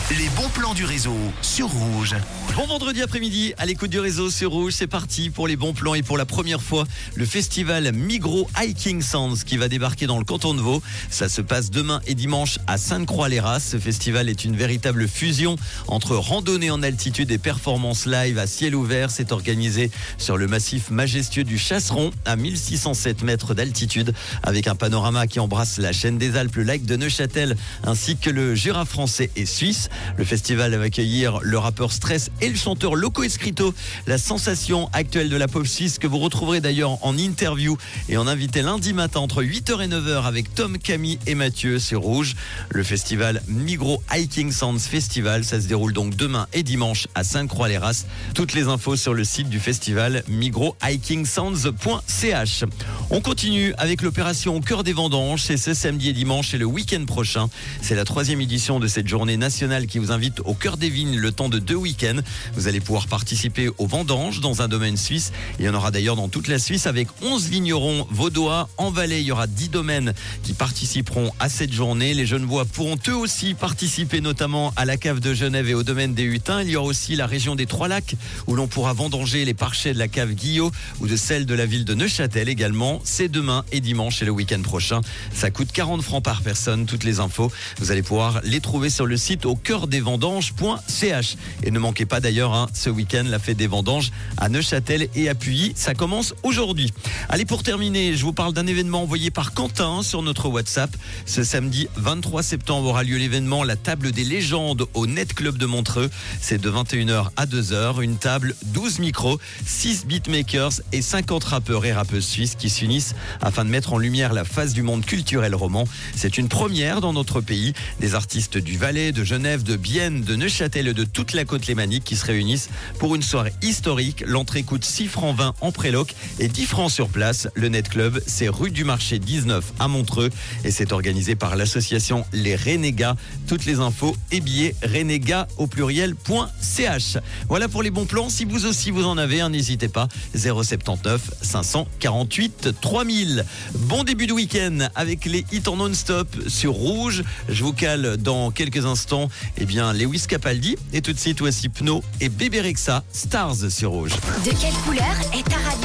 Les bons plans du réseau sur Rouge. Bon vendredi après-midi, à l'écoute du réseau sur Rouge, c'est parti pour les bons plans et pour la première fois, le festival Migros Hiking Sounds qui va débarquer dans le canton de Vaud. Ça se passe demain et dimanche à Sainte-Croix-les-Ras. Ce festival est une véritable fusion entre randonnée en altitude et performance live à ciel ouvert. C'est organisé sur le massif majestueux du Chasseron à 1607 mètres d'altitude avec un panorama qui embrasse la chaîne des Alpes, le lac de Neuchâtel ainsi que le Jura français et suisse. Le festival va accueillir le rappeur Stress et le chanteur Loco Escrito, la sensation actuelle de la pop suisse que vous retrouverez d'ailleurs en interview et en invité lundi matin entre 8h et 9h avec Tom, Camille et Mathieu sur Rouge. Le festival Migros Hiking Sounds Festival, ça se déroule donc demain et dimanche à Sainte-Croix-les-Ras. Toutes les infos sur le site du festival migroshikingsounds.ch. On continue avec l'opération Au cœur des vendanges, c'est ce samedi et dimanche et le week-end prochain. C'est la 3e édition de cette journée nationale qui vous invite au cœur des vignes le temps de 2 week-ends. Vous allez pouvoir participer aux vendanges dans un domaine suisse. Il y en aura d'ailleurs dans toute la Suisse avec 11 vignerons vaudois. En Valais, il y aura 10 domaines qui participeront à cette journée. Les Genevois pourront eux aussi participer notamment à la cave de Genève et au domaine des Hutins. Il y aura aussi la région des Trois-Lacs où l'on pourra vendanger les parchets de la cave Guillot ou de celle de la ville de Neuchâtel également. C'est demain et dimanche et le week-end prochain. Ça coûte 40 francs par personne. Toutes les infos, vous allez pouvoir les trouver sur le site au cœur des vendanges.ch. Et ne manquez pas d'ailleurs ce week-end la fête des vendanges à Neuchâtel et à Puy. Ça commence aujourd'hui. Allez, pour terminer, je vous parle d'un événement envoyé par Quentin sur notre WhatsApp. Ce samedi 23 septembre aura lieu l'événement La Table des Légendes au Net Club de Montreux. C'est de 21h à 2h. Une table, 12 micros, 6 beatmakers et 50 rappeurs et rappeuses suisses qui s'unissent afin de mettre en lumière la face du monde culturel roman. C'est une première dans notre pays. Des artistes du Valais, de Genève, de Bienne, de Neuchâtel et de toute la côte lémanique qui se réunissent pour une soirée historique. L'entrée coûte 6 francs 20 en préloc et 10 francs sur place. Le Net Club, c'est rue du Marché 19 à Montreux et c'est organisé par l'association Les Renégats. Toutes les infos et billets renégats au pluriel.ch. Voilà pour les bons plans. Si vous aussi vous en avez, n'hésitez pas. 079 548 3000. Bon début de week-end avec les hits en non-stop sur Rouge. Je vous cale dans quelques instants Lewis Capaldi et tout de suite voici Pno et Bébé Rexha, Stars sur Rouge. De quelle couleur est ta radio ?